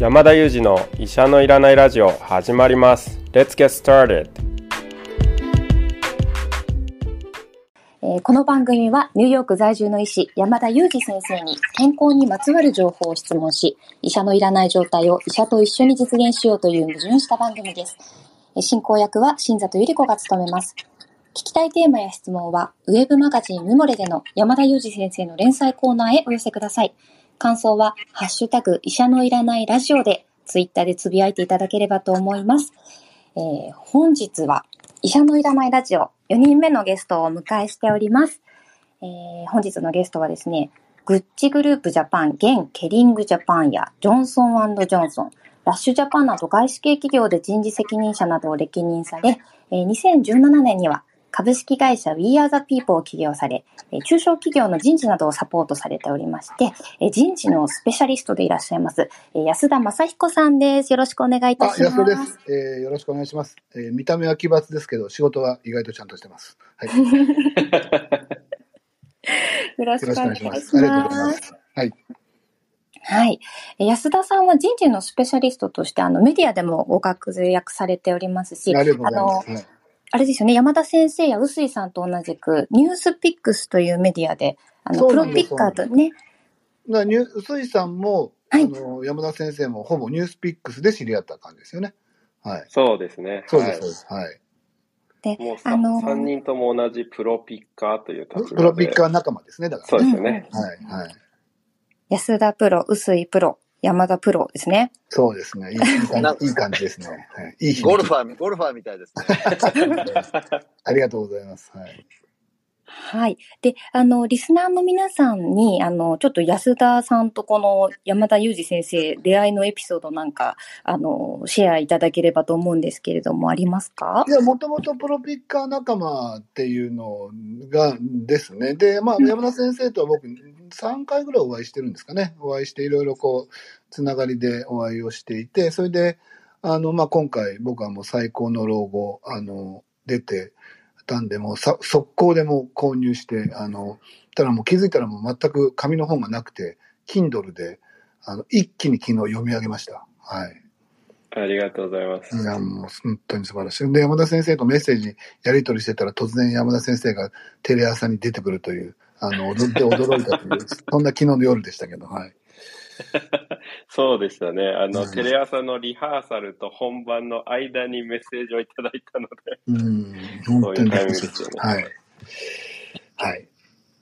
山田裕二の医者のいらないラジオ始まります。Let's get started。 この番組はニューヨーク在住の医師山田裕二先生に健康にまつわる情報を質問し、医者のいらない状態を医者と一緒に実現しようという矛盾した番組です。進行役は新里ゆり子が務めます。聞きたいテーマや質問はウェブマガジンミモレでの山田裕二先生の連載コーナーへお寄せください。感想はハッシュタグ医者のいらないラジオでツイッターでつぶやいていただければと思います。本日は医者のいらないラジオ4人目のゲストをお迎えしております。本日のゲストはですね、グッチグループジャパン、現ケリングジャパンやジョンソン&ジョンソン、ラッシュジャパンなど外資系企業で人事責任者などを歴任され、2017年には株式会社 We Are the People を起業され、中小企業の人事などをサポートされておりまして、人事のスペシャリストでいらっしゃいます、安田正彦さんです。よろしくお願いいたします。 安田です。よろしくお願いします。見た目は奇抜ですけど、仕事は意外とちゃんとしてます。はい、 よろしくお願いします。 ありがとうございます。はい。 はい。安田さんは人事のスペシャリストとして、メディアでもご活躍されておりますし、 ありがとうございます。 あれですよね、山田先生や臼井さんと同じく、ニュースピックスというメディアで、プロピッカーとね。 臼井さんも、 はい、 山田先生もほぼニュースピックスで知り合った感じですよね。はい。 そうですね。 そうです、そうです。はい。 で、 もう3人とも同じプロピッカーという立場で。 プロピッカー仲間ですね、だから、 ね。そうですよね。 はい、はい。 安田プロ、臼井プロ、山田プロですね。 そうですね。いい感じですね。はい、いいゴルファーみたいですね。 ありがとうございます。はい。 はい。で、リスナーの皆さんに、ちょっと安田さんとこの山田裕二先生、出会いのエピソードなんか、シェアいただければと思うんですけれども、ありますか？ いや、もともとプロピッカー仲間っていうのがですね。で、山田先生とは僕、3回ぐらいお会いしてるんですかね。お会いして、いろいろつながりでお会いをしていて、それで、今回僕はもう最高の老後、出て、たんで、もう速攻でもう購入して、ただもう気づいたらもう全く紙の本がなくて、Kindle で、一気に昨日読み上げました。はい。 ありがとうございます。 いや、もう本当に素晴らしい。で、山田先生とメッセージやり取りしてたら、突然山田先生がテレ朝に出てくるという、驚いたという、そんな昨日の夜でしたけど、はい。 そうでしたね。テレ朝のリハーサルと本番の間にメッセージをいただいたので、 本当にそういうタイミングですよね。 はい。はい。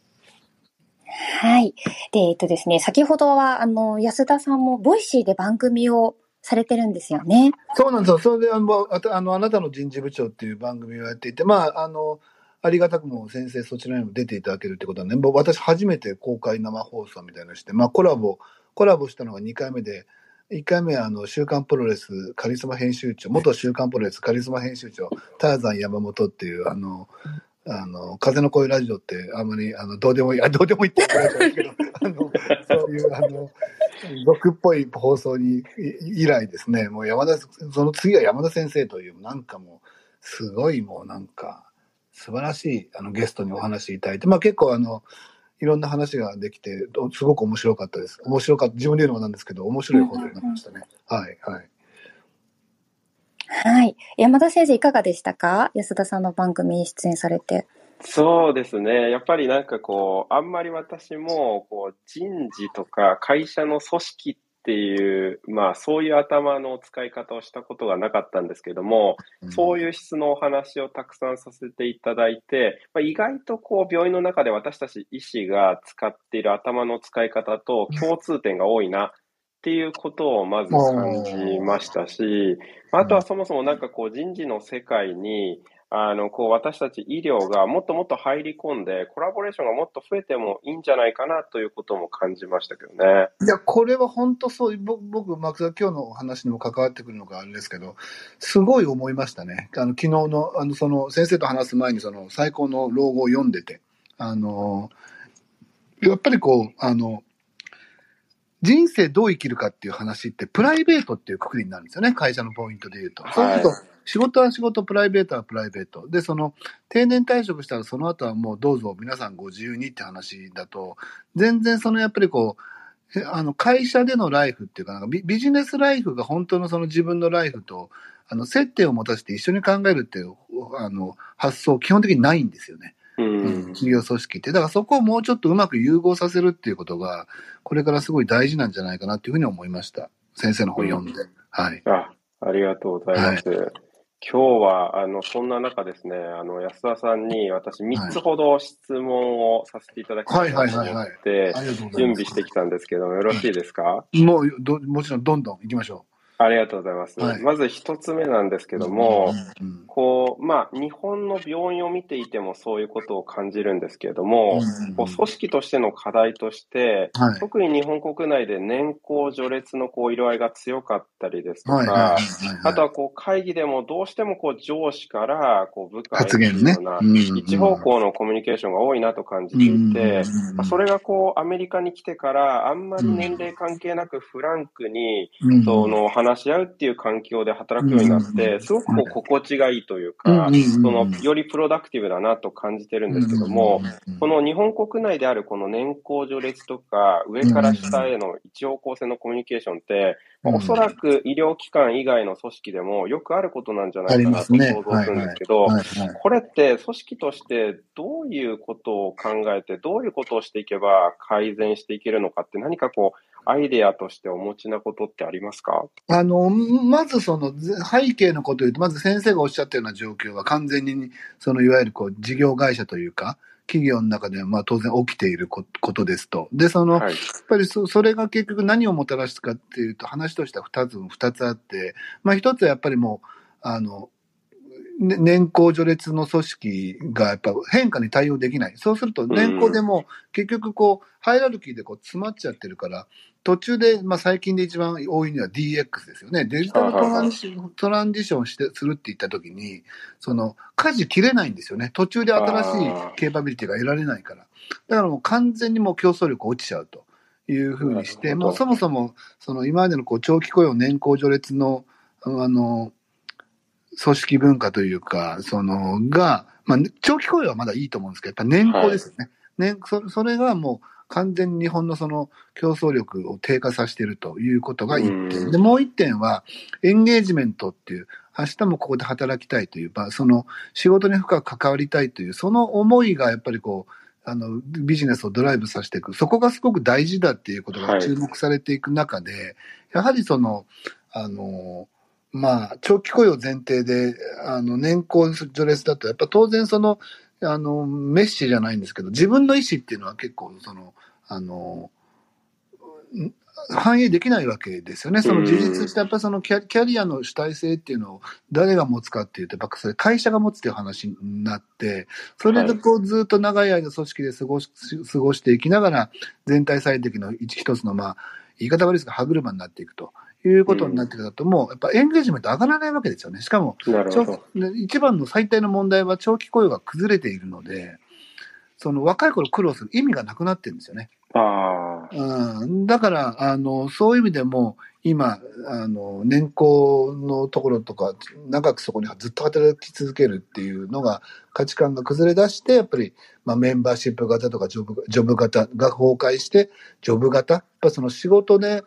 はい。で、ですね、先ほどは、安田さんもボイシーで番組をされてるんですよね。 そうなんですよ。それで、あなたの人事部長っていう番組をやっていて、ありがたくも先生そちらにも出ていただけるってことはね、私初めて公開生放送みたいなのして、コラボしたのが2回目で、1回目は週刊プロレスカリスマ編集長、元週刊プロレスカリスマ編集長、ターザン山本っていう、風の声ラジオってあんまり、どうでもいいって言われたんですけど、そういう、毒っぽい放送に以来ですね、もうその次は山田先生という、なんかもう、すごいもうなんか、素晴らしいゲストにお話いただいて、結構いろんな話ができて、すごく面白かったです。自分で言うのもなんですけど、面白い放送になりましたね。はい、はい。 はい。山田先生いかがでしたか？安田さんの番組に出演されて。 そうですね。やっぱりなんかあんまり私も人事とか会社の組織っていう、そういう頭の使い方をしたことがなかったんですけども、そういう質のお話をたくさんさせていただいて、意外と病院の中で私たち医師が使っている頭の使い方と共通点が多いなっていうことをまず感じましたし、あとはそもそもなんか人事の世界に私たち医療がもっともっと入り込んで、コラボレーションがもっと増えてもいいんじゃないかなということも感じましたけどね。 いや、これは本当そう、僕、今日のお話にも関わってくるのがあれですけど、すごい思いましたね。昨日の、その先生と話す前に、その最高の老後を読んでて、やっぱり人生どう生きるかっていう話って、プライベートっていうくくりになるんですよね、会社のポイントで言うと。そうすると、仕事は仕事、プライベートはプライベート。で、定年退職したらその後はもうどうぞ皆さんご自由にって話だと、全然やっぱり会社でのライフっていうか、ビジネスライフが本当のその自分のライフと、接点を持たせて一緒に考えるっていう、発想、基本的にないんですよね。企業組織って。だからそこをもうちょっとうまく融合させるっていうことが、これからすごい大事なんじゃないかなっていうふうに思いました。先生の本読んで。はい。 ありがとうございます。はい、今日は、そんな中ですね、安田さんに私3つほど質問をさせていただきたいなと思って、準備してきたんですけども、よろしいですか？ もちろんどんどん行きましょう。 ありがとうございます。はい、まず一つ目なんですけども、日本の病院を見ていてもそういうことを感じるんですけれども、組織としての課題として、特に日本国内で年功序列の色合いが強かったりですとか、あとは会議でもどうしても上司から部下へというような一方向のコミュニケーションが多いなと感じていて、それがアメリカに来てからあんまり年齢関係なくフランクにその話し合うっていう環境で働くようになって、すごく心地がいいというか、よりプロダクティブだなと感じてるんですけども、この日本国内であるこの年功序列とか、上から下への一方向性のコミュニケーションって、おそらく医療機関以外の組織でもよくあることなんじゃないかなと想像するんですけど、これって組織としてどういうことを考えて、どういうことをしていけば改善していけるのかって、何かアイデアとしてお持ちなことってありますか？ まずその背景のことを言うと、まず先生がおっしゃったような状況は完全にいわゆる事業会社というか、企業の中では当然起きていることですと。で、やっぱりそれが結局何をもたらすかっていうと、話としては2つあって、一つはやっぱりもう、年功序列の組織がやっぱ変化に対応できない。そうすると年功でも結局ハイラルキーで詰まっちゃってるから、途中で、最近で一番多いのは DX ですよね。デジタルトランジションするって言った時に、舵切れないんですよね。途中で新しいケーパビリティが得られないから。だからもう完全にもう競争力落ちちゃうというふうにして、もうそもそも今までの長期雇用年功序列の組織文化というか、長期雇用はまだいいと思うんですけど、やっぱ年功ですよね。それがもう完全に日本の競争力を低下させているということが一点。で、もう一点は、エンゲージメントっていう、明日もここで働きたいという、仕事に深く関わりたいという、その思いがやっぱりビジネスをドライブさせていく。そこがすごく大事だっていうことが注目されていく中で、やはり長期雇用前提で、年功序列だと、やっぱ当然メッシじゃないんですけど、自分の意思っていうのは結構、反映できないわけですよね。自立した、やっぱキャリアの主体性っていうのを誰が持つかっていうと、やっぱそれ会社が持つっていう話になって、それでずっと長い間組織で過ごしていきながら、全体最適の一つの、言い方悪いですが、歯車になっていくと。いうことになってきたと、もうやっぱエンゲージメント上がらないわけですよね。しかも、一番の最大の問題は長期雇用が崩れているので、若い頃苦労する意味がなくなってるんですよね。だから、そういう意味でも、今、年功のところとか、長くそこにずっと働き続けるっていうのが、価値観が崩れ出して、やっぱり、メンバーシップ型とかジョブ型が崩壊して、ジョブ型、やっぱ仕事で、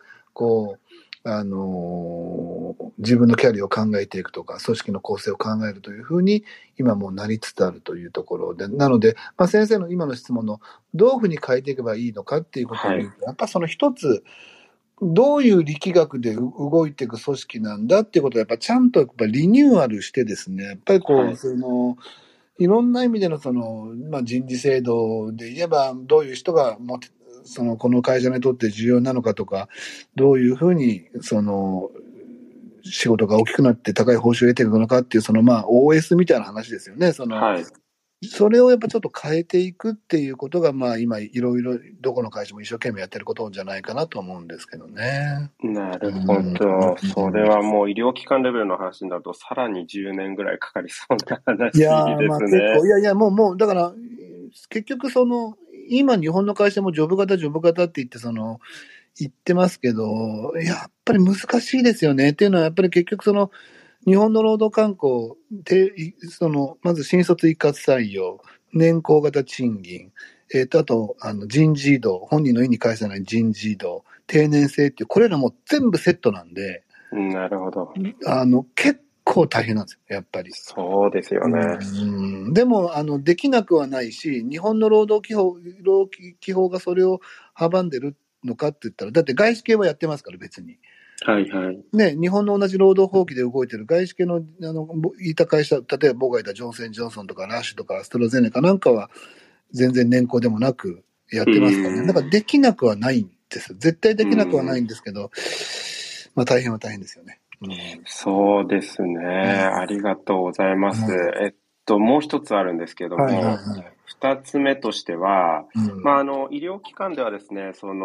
自分のキャリアを考えていくとか、組織の構成を考えるというふうに、今もうなりつつあるというところで、なので、先生の今の質問の、どういうふうに変えていけばいいのかっていうことを言うと、やっぱ一つ、どういう力学で動いていく組織なんだっていうことを、やっぱちゃんとリニューアルしてですね、やっぱりいろんな意味での人事制度で言えば、どういう人がこの会社にとって重要なのかとか、どういうふうに、仕事が大きくなって高い報酬を得ていくのかっていう、OS みたいな話ですよね。それをやっぱちょっと変えていくっていうことが、今、いろいろ、どこの会社も一生懸命やってることじゃないかなと思うんですけどね。 なるほど。それはもう医療機関レベルの話になると、さらに10年ぐらいかかりそうな話ですね。 結構、もう、だから、結局今日本の会社もジョブ型って言って言ってますけど、やっぱり難しいですよね。っていうのはやっぱり結局日本の労働慣行まず新卒一括採用、年功型賃金、 あと、人事異動、本人の意に介さない人事異動、定年制っていう、これらも全部セットなんで、 なるほど。 結構大変なんですよ、やっぱり。 そうですよね。 でも、できなくはないし、日本の労働基法がそれを阻んでるのかって言ったら、だって外資系はやってますから、別に。 はいはい。 ね、日本の同じ労働法規で動いてる外資系の、いた会社、例えば僕がいたジョンソン・ジョンソンとかラッシュとかアストラゼネカなんかは、全然年功でもなくやってますからね。だからできなくはないんですよ。絶対できなくはないんですけど、まあ大変は大変ですよね。 そうですね。ありがとうございます。もう一つあるんですけども、二つ目としては、医療機関ではですね、個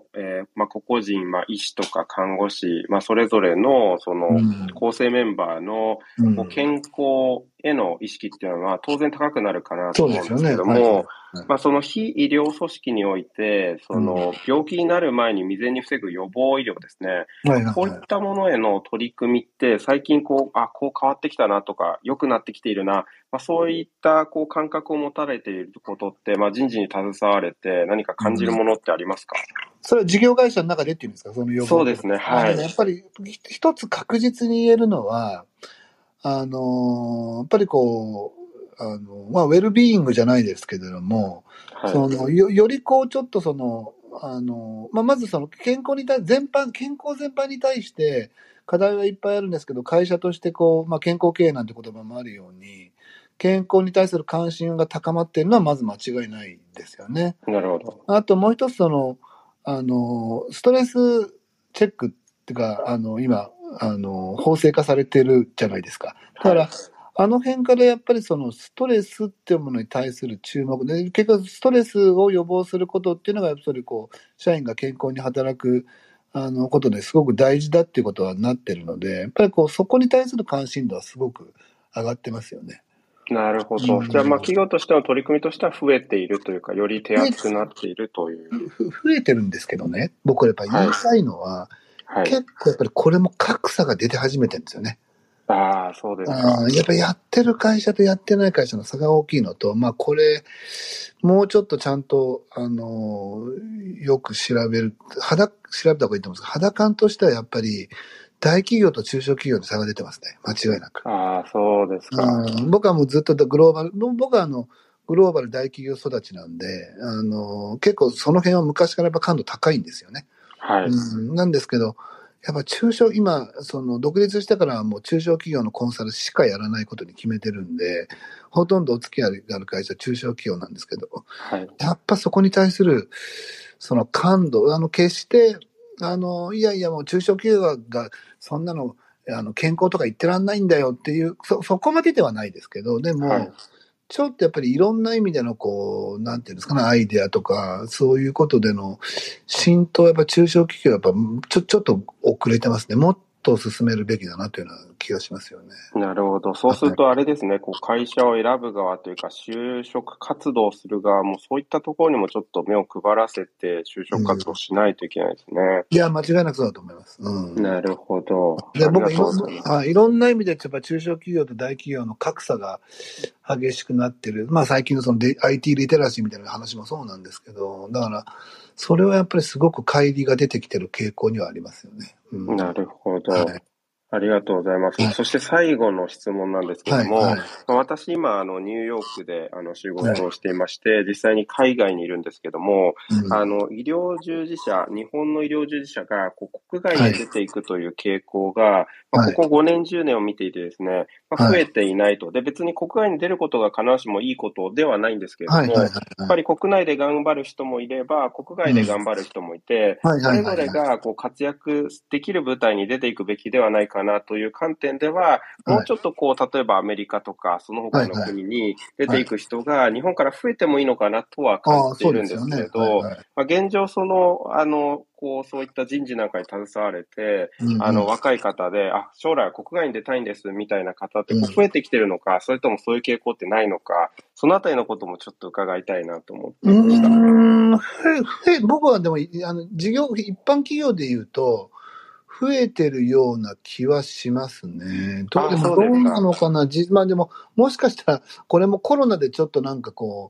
々人、医師とか看護師、それぞれの、構成メンバーの、健康への意識っていうのは当然高くなるかなと思うんですけども、その非医療組織において、病気になる前に未然に防ぐ予防医療ですね。こういったものへの取り組みって、最近こう変わってきたなとか、良くなってきているな、そういった感覚を持たれていることって、人事に携われて何か感じるものってありますか？ それは事業会社の中でっていうんですか、その予防。 そうですね、はい。 やっぱり一つ確実に言えるのは、やっぱりウェルビーイングじゃないですけれども、よりちょっとまず健康全般に対して課題はいっぱいあるんですけど、会社として健康経営なんて言葉もあるように、健康に対する関心が高まっているのはまず間違いないですよね。 なるほど。 あともう一つストレスチェックっていうか、今、法制化されてるじゃないですか。だから、あの辺からやっぱりストレスっていうものに対する注目で、結局ストレスを予防することっていうのが、やっぱり社員が健康に働く、ことですごく大事だっていうことはなってるので、やっぱりそこに対する関心度はすごく上がってますよね。 なるほど。じゃあ、企業としての取り組みとしては増えているというか、より手厚くなっているという。 増えてるんですけどね、僕はやっぱり言いたいのは、結構やっぱりこれも格差が出て始めてるんですよね。 そうですか。 やっぱりやってる会社とやってない会社の差が大きいのと、これ、もうちょっとちゃんと、よく調べた方がいいと思うんですが、肌感としてはやっぱり、大企業と中小企業に差が出てますね。間違いなく。 そうですか。 僕はもうずっと僕はグローバル大企業育ちなんで、結構その辺は昔からやっぱ感度高いんですよね。なんですけど、やっぱ今、独立してからはもう中小企業のコンサルしかやらないことに決めてるんで、ほとんどお付き合いがある会社は中小企業なんですけど、やっぱそこに対する、感度、決して、いやいやもう中小企業がそんなの、健康とか言ってらんないんだよっていう、そこまでではないですけど、でも、ちょっとやっぱりいろんな意味でのなんていうんですかね、アイデアとか、そういうことでの浸透、やっぱ中小企業はやっぱちょっと遅れてますね。もっと進めるべきだなというような気がしますよね。 なるほど。そうするとあれですね、会社を選ぶ側というか、就職活動する側もそういったところにもちょっと目を配らせて就職活動しないといけないですね。 いや、間違いなくそうだと思います。 なるほど。 で僕いろんな意味でやっぱ中小企業と大企業の格差が激しくなってる。最近のIT リテラシーみたいな話もそうなんですけど、だから、それはやっぱりすごく乖離が出てきてる傾向にはありますよね。 なるほど。ありがとうございます。そして最後の質問なんですけども、私今、ニューヨークで仕事をしていまして、実際に海外にいるんですけども、医療従事者、日本の医療従事者が国外に出ていくという傾向が、ここ5年、10年を見ていてですね、増えていないと。で、別に国外に出ることが必ずしもいいことではないんですけれども、やっぱり国内で頑張る人もいれば、国外で頑張る人もいて、それぞれが活躍できる舞台に出ていくべきではないかなという観点では、もうちょっと例えばアメリカとかその他の国に出ていく人が日本から増えてもいいのかなとは感じているんですけれど、現状そういった人事なんかに携われて、若い方で、将来は国外に出たいんですみたいな方って増えてきてるのか、それともそういう傾向ってないのか、そのあたりのこともちょっと伺いたいなと思っていました。 僕はでも、一般企業で言うと、増えてるような気はしますね。どうなのかな。でも、もしかしたら、これもコロナでちょっとなんか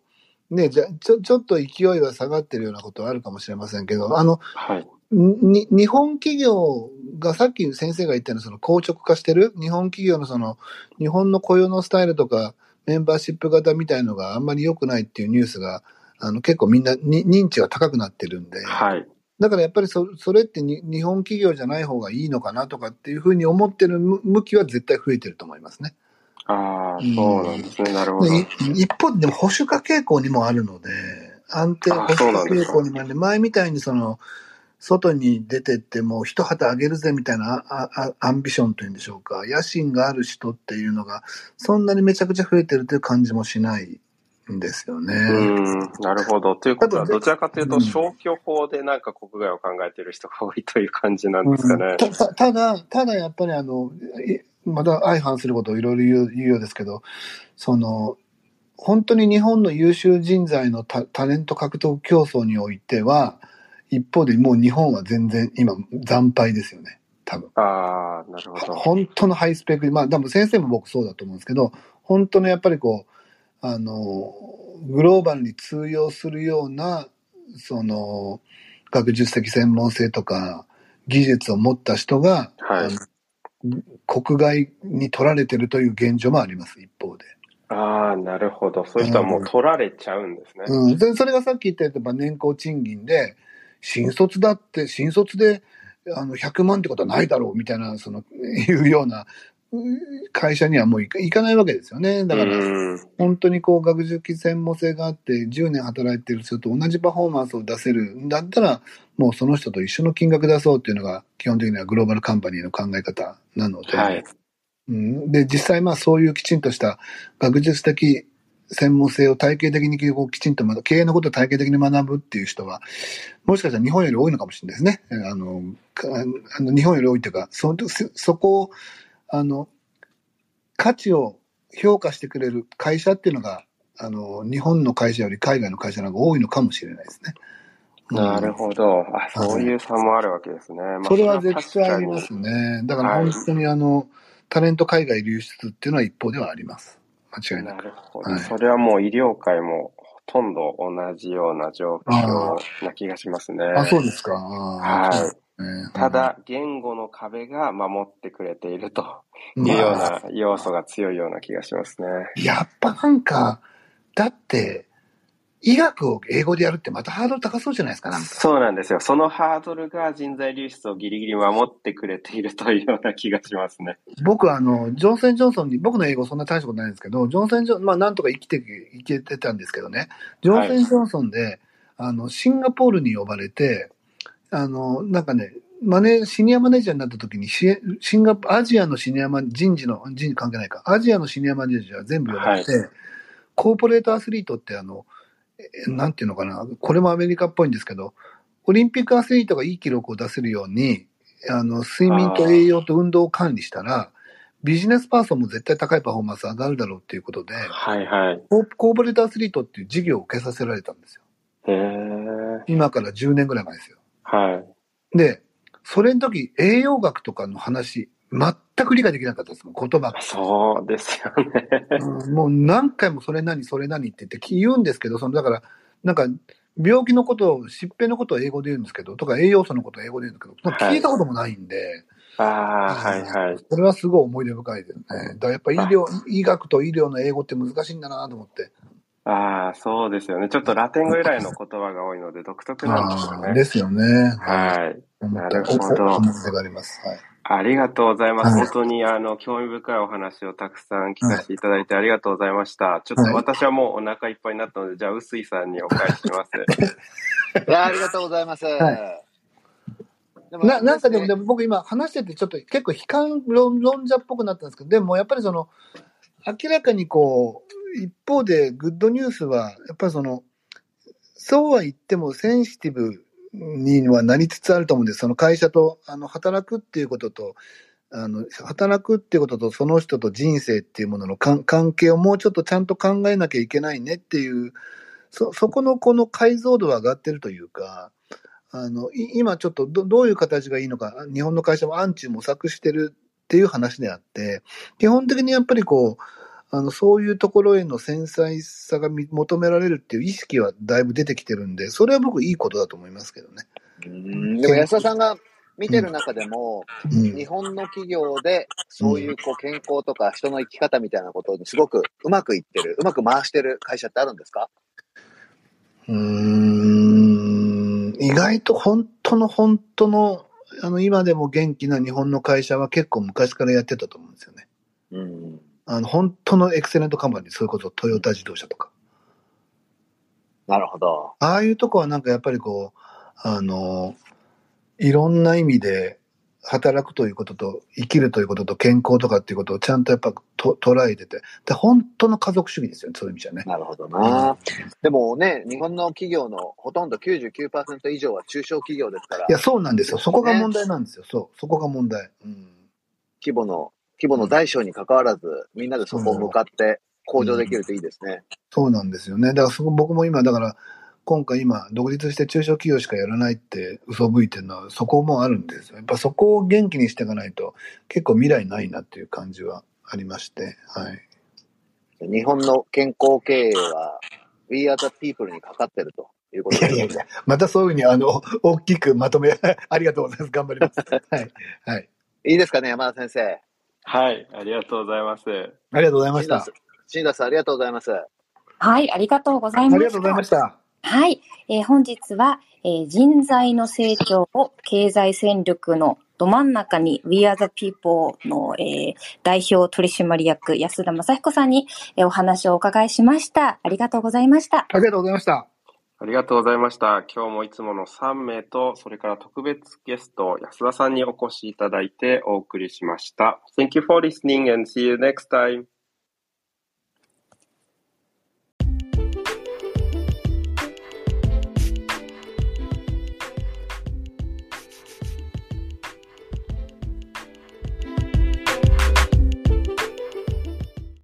ね、ちょっと勢いは下がってるようなことはあるかもしれませんけど、 はい。 日本企業がさっき先生が言ったようなその硬直化してる日本企業のその日本の雇用のスタイルとかメンバーシップ型みたいのがあんまり良くないっていうニュースが結構みんなに認知が高くなってるんで、 はい。 だからやっぱりそれって日本企業じゃない方がいいのかなとかっていうふうに思ってる向きは絶対増えてると思いますね。 ああ、そうなんですね。なるほど。 一方ででも保守化傾向にもあるので、安定保守化傾向にもあるので、前みたいにその、外に出てってもう一旗あげるぜみたいなアンビションというんでしょうか、野心がある人っていうのがそんなにめちゃくちゃ増えてるという感じもしないんですよね。 なるほど。ということは、どちらかというと、消去法でなんか国外を考えている人が多いという感じなんですかね。 ただやっぱりまた相反することをいろいろ言うようですけど、その、本当に日本の優秀人材のタレント獲得競争においては、一方でもう日本は全然今惨敗ですよね、多分。 ああ、なるほど。 本当のハイスペック、まあ多分先生も僕そうだと思うんですけど、本当のやっぱりこう、グローバルに通用するような、その、学術的専門性とか技術を持った人が、 はい、 国外に取られてるという現状もあります、一方で。 ああ、なるほど。そういう人はもう取られちゃうんですね。 でそれがさっき言ったように年功賃金で、新卒で100万ってことはないだろうみたいな、いうような会社にはもう行かないわけですよね。だから、本当にこう、学術専門性があって、10年働いてる人と同じパフォーマンスを出せるんだったら、もうその人と一緒の金額出そうっていうのが、基本的にはグローバルカンパニーの考え方なので、 はい。 で、実際まあそういうきちんとした学術的専門性を体系的にきちんと経営のことを体系的に学ぶっていう人は、もしかしたら日本より多いのかもしれないですね。日本より多いというか、そこを、価値を評価してくれる会社っていうのが、日本の会社より海外の会社の方が多いのかもしれないですね。 なるほど。そういう差もあるわけですね。 それは絶対ありますね。だから本当にタレント海外流出っていうのは一方ではあります。間違いなく。 なるほど。それはもう医療界もほとんど同じような状況な気がしますね。 そうですか。 はい。ただ、言語の壁が守ってくれているというような要素が強いような気がしますね。 やっぱなんか、だって、医学を英語でやるってまたハードル高そうじゃないですか。 そうなんですよ。そのハードルが人材流出をギリギリ守ってくれているというような気がしますね。 僕はジョンソン・ジョンソンに、僕の英語そんな大したことないんですけど、ジョンソン・ジョンソン、まあなんとか生きてたんですけどね、ジョンソン・ジョンソンで、シンガポールに呼ばれて、なんかね、シニアマネージャーになった時に、アジアのシニア人事関係ないか、アジアのシニアマネージャー全部呼ばれて、コーポレートアスリートってなんていうのかな、これもアメリカっぽいんですけど、オリンピックアスリートがいい記録を出せるように、睡眠と栄養と運動を管理したら、ビジネスパーソンも絶対高いパフォーマンス上がるだろうっていうことで、コーポレートアスリートっていう事業を受けさせられたんですよ。今から10年ぐらい前ですよ。で、それの時、栄養学とかの話、全く理解できなかったですもん、言葉が。 そうですよね。 もう何回もそれ何って言って言うんですけど、だから、なんか、病気のことを、疾病のことを英語で言うんですけど、とか栄養素のことを英語で言うんですけど、聞いたこともないんで、それはすごい思い出深いですね。だからやっぱ医学と医療の英語って難しいんだなと思って。 そうですよね。ちょっとラテン語由来の言葉が多いので独特なんですよね。 ですよね。 はい。なるほど。 思い出があります。はい。 ありがとうございます。本当に興味深いお話をたくさん聞かせていただいてありがとうございました。ちょっと私はもうお腹いっぱいになったので、じゃあ、臼井さんにお返しします。 ありがとうございます。 なんかでも僕今話しててちょっと結構悲観論者っぽくなったんですけど、でもやっぱり明らかにこう、一方でグッドニュースは、やっぱりそうは言ってもセンシティブにはなりつつあると思うんです。その会社と、働くっていうことと、その人と人生っていうものの関係をもうちょっとちゃんと考えなきゃいけないねっていう、そこのこの解像度が上がってるというか、今ちょっとどういう形がいいのか、日本の会社も暗中模索してるっていう話であって、基本的にやっぱりこう、 そういうところへの繊細さが求められるっていう意識はだいぶ出てきてるんで、それは僕いいことだと思いますけどね。 でも安田さんが見てる中でも、 うん日本の企業でそういう健康とか人の生き方みたいなことにすごくうまくいってる、うまく回してる会社ってあるんですか？ 意外と本当の今でも元気な日本の会社は結構昔からやってたと思うんですよね。本当のエクセレントカンパニー、それこそトヨタ自動車とか。 なるほど。 ああいうとこはなんかやっぱりいろんな意味で働くということと生きるということと健康とかっていうことをちゃんとやっぱ捉えてて、で本当の家族主義ですよね、そういう意味じゃね。 なるほどな。でもね、日本の企業のほとんど 99% 以上は中小企業ですから。 いや、そうなんですよ。そこが問題なんですよ。そこが問題。 規模の大小に関わらず、みんなでそこを向かって向上できるといいですね。 そうなんですよね。だから僕も今、今回独立して中小企業しかやらないって嘘吹いてるのはそこもあるんですよ。やっぱそこを元気にしていかないと結構未来ないなっていう感じはありまして、はい。 日本の健康経営は We are the people にかかってるということですね。 いやまたそういうふうに大きくまとめありがとうございます。頑張ります。はいはい。 いいですかね、山田先生。 はい、ありがとうございます。 ありがとうございました。 新田さん、ありがとうございます。 はい、ありがとうございました。 ありがとうございました。 はい、本日は、人材の成長を経済戦略のど真ん中に We are the people の、代表取締役安田正彦さんに、お話をお伺いしました。ありがとうございました。 ありがとうございました。 ありがとうございました。今日もいつもの3名と、それから特別ゲスト安田さんにお越しいただいてお送りしました。Thank you for listening and see you next time.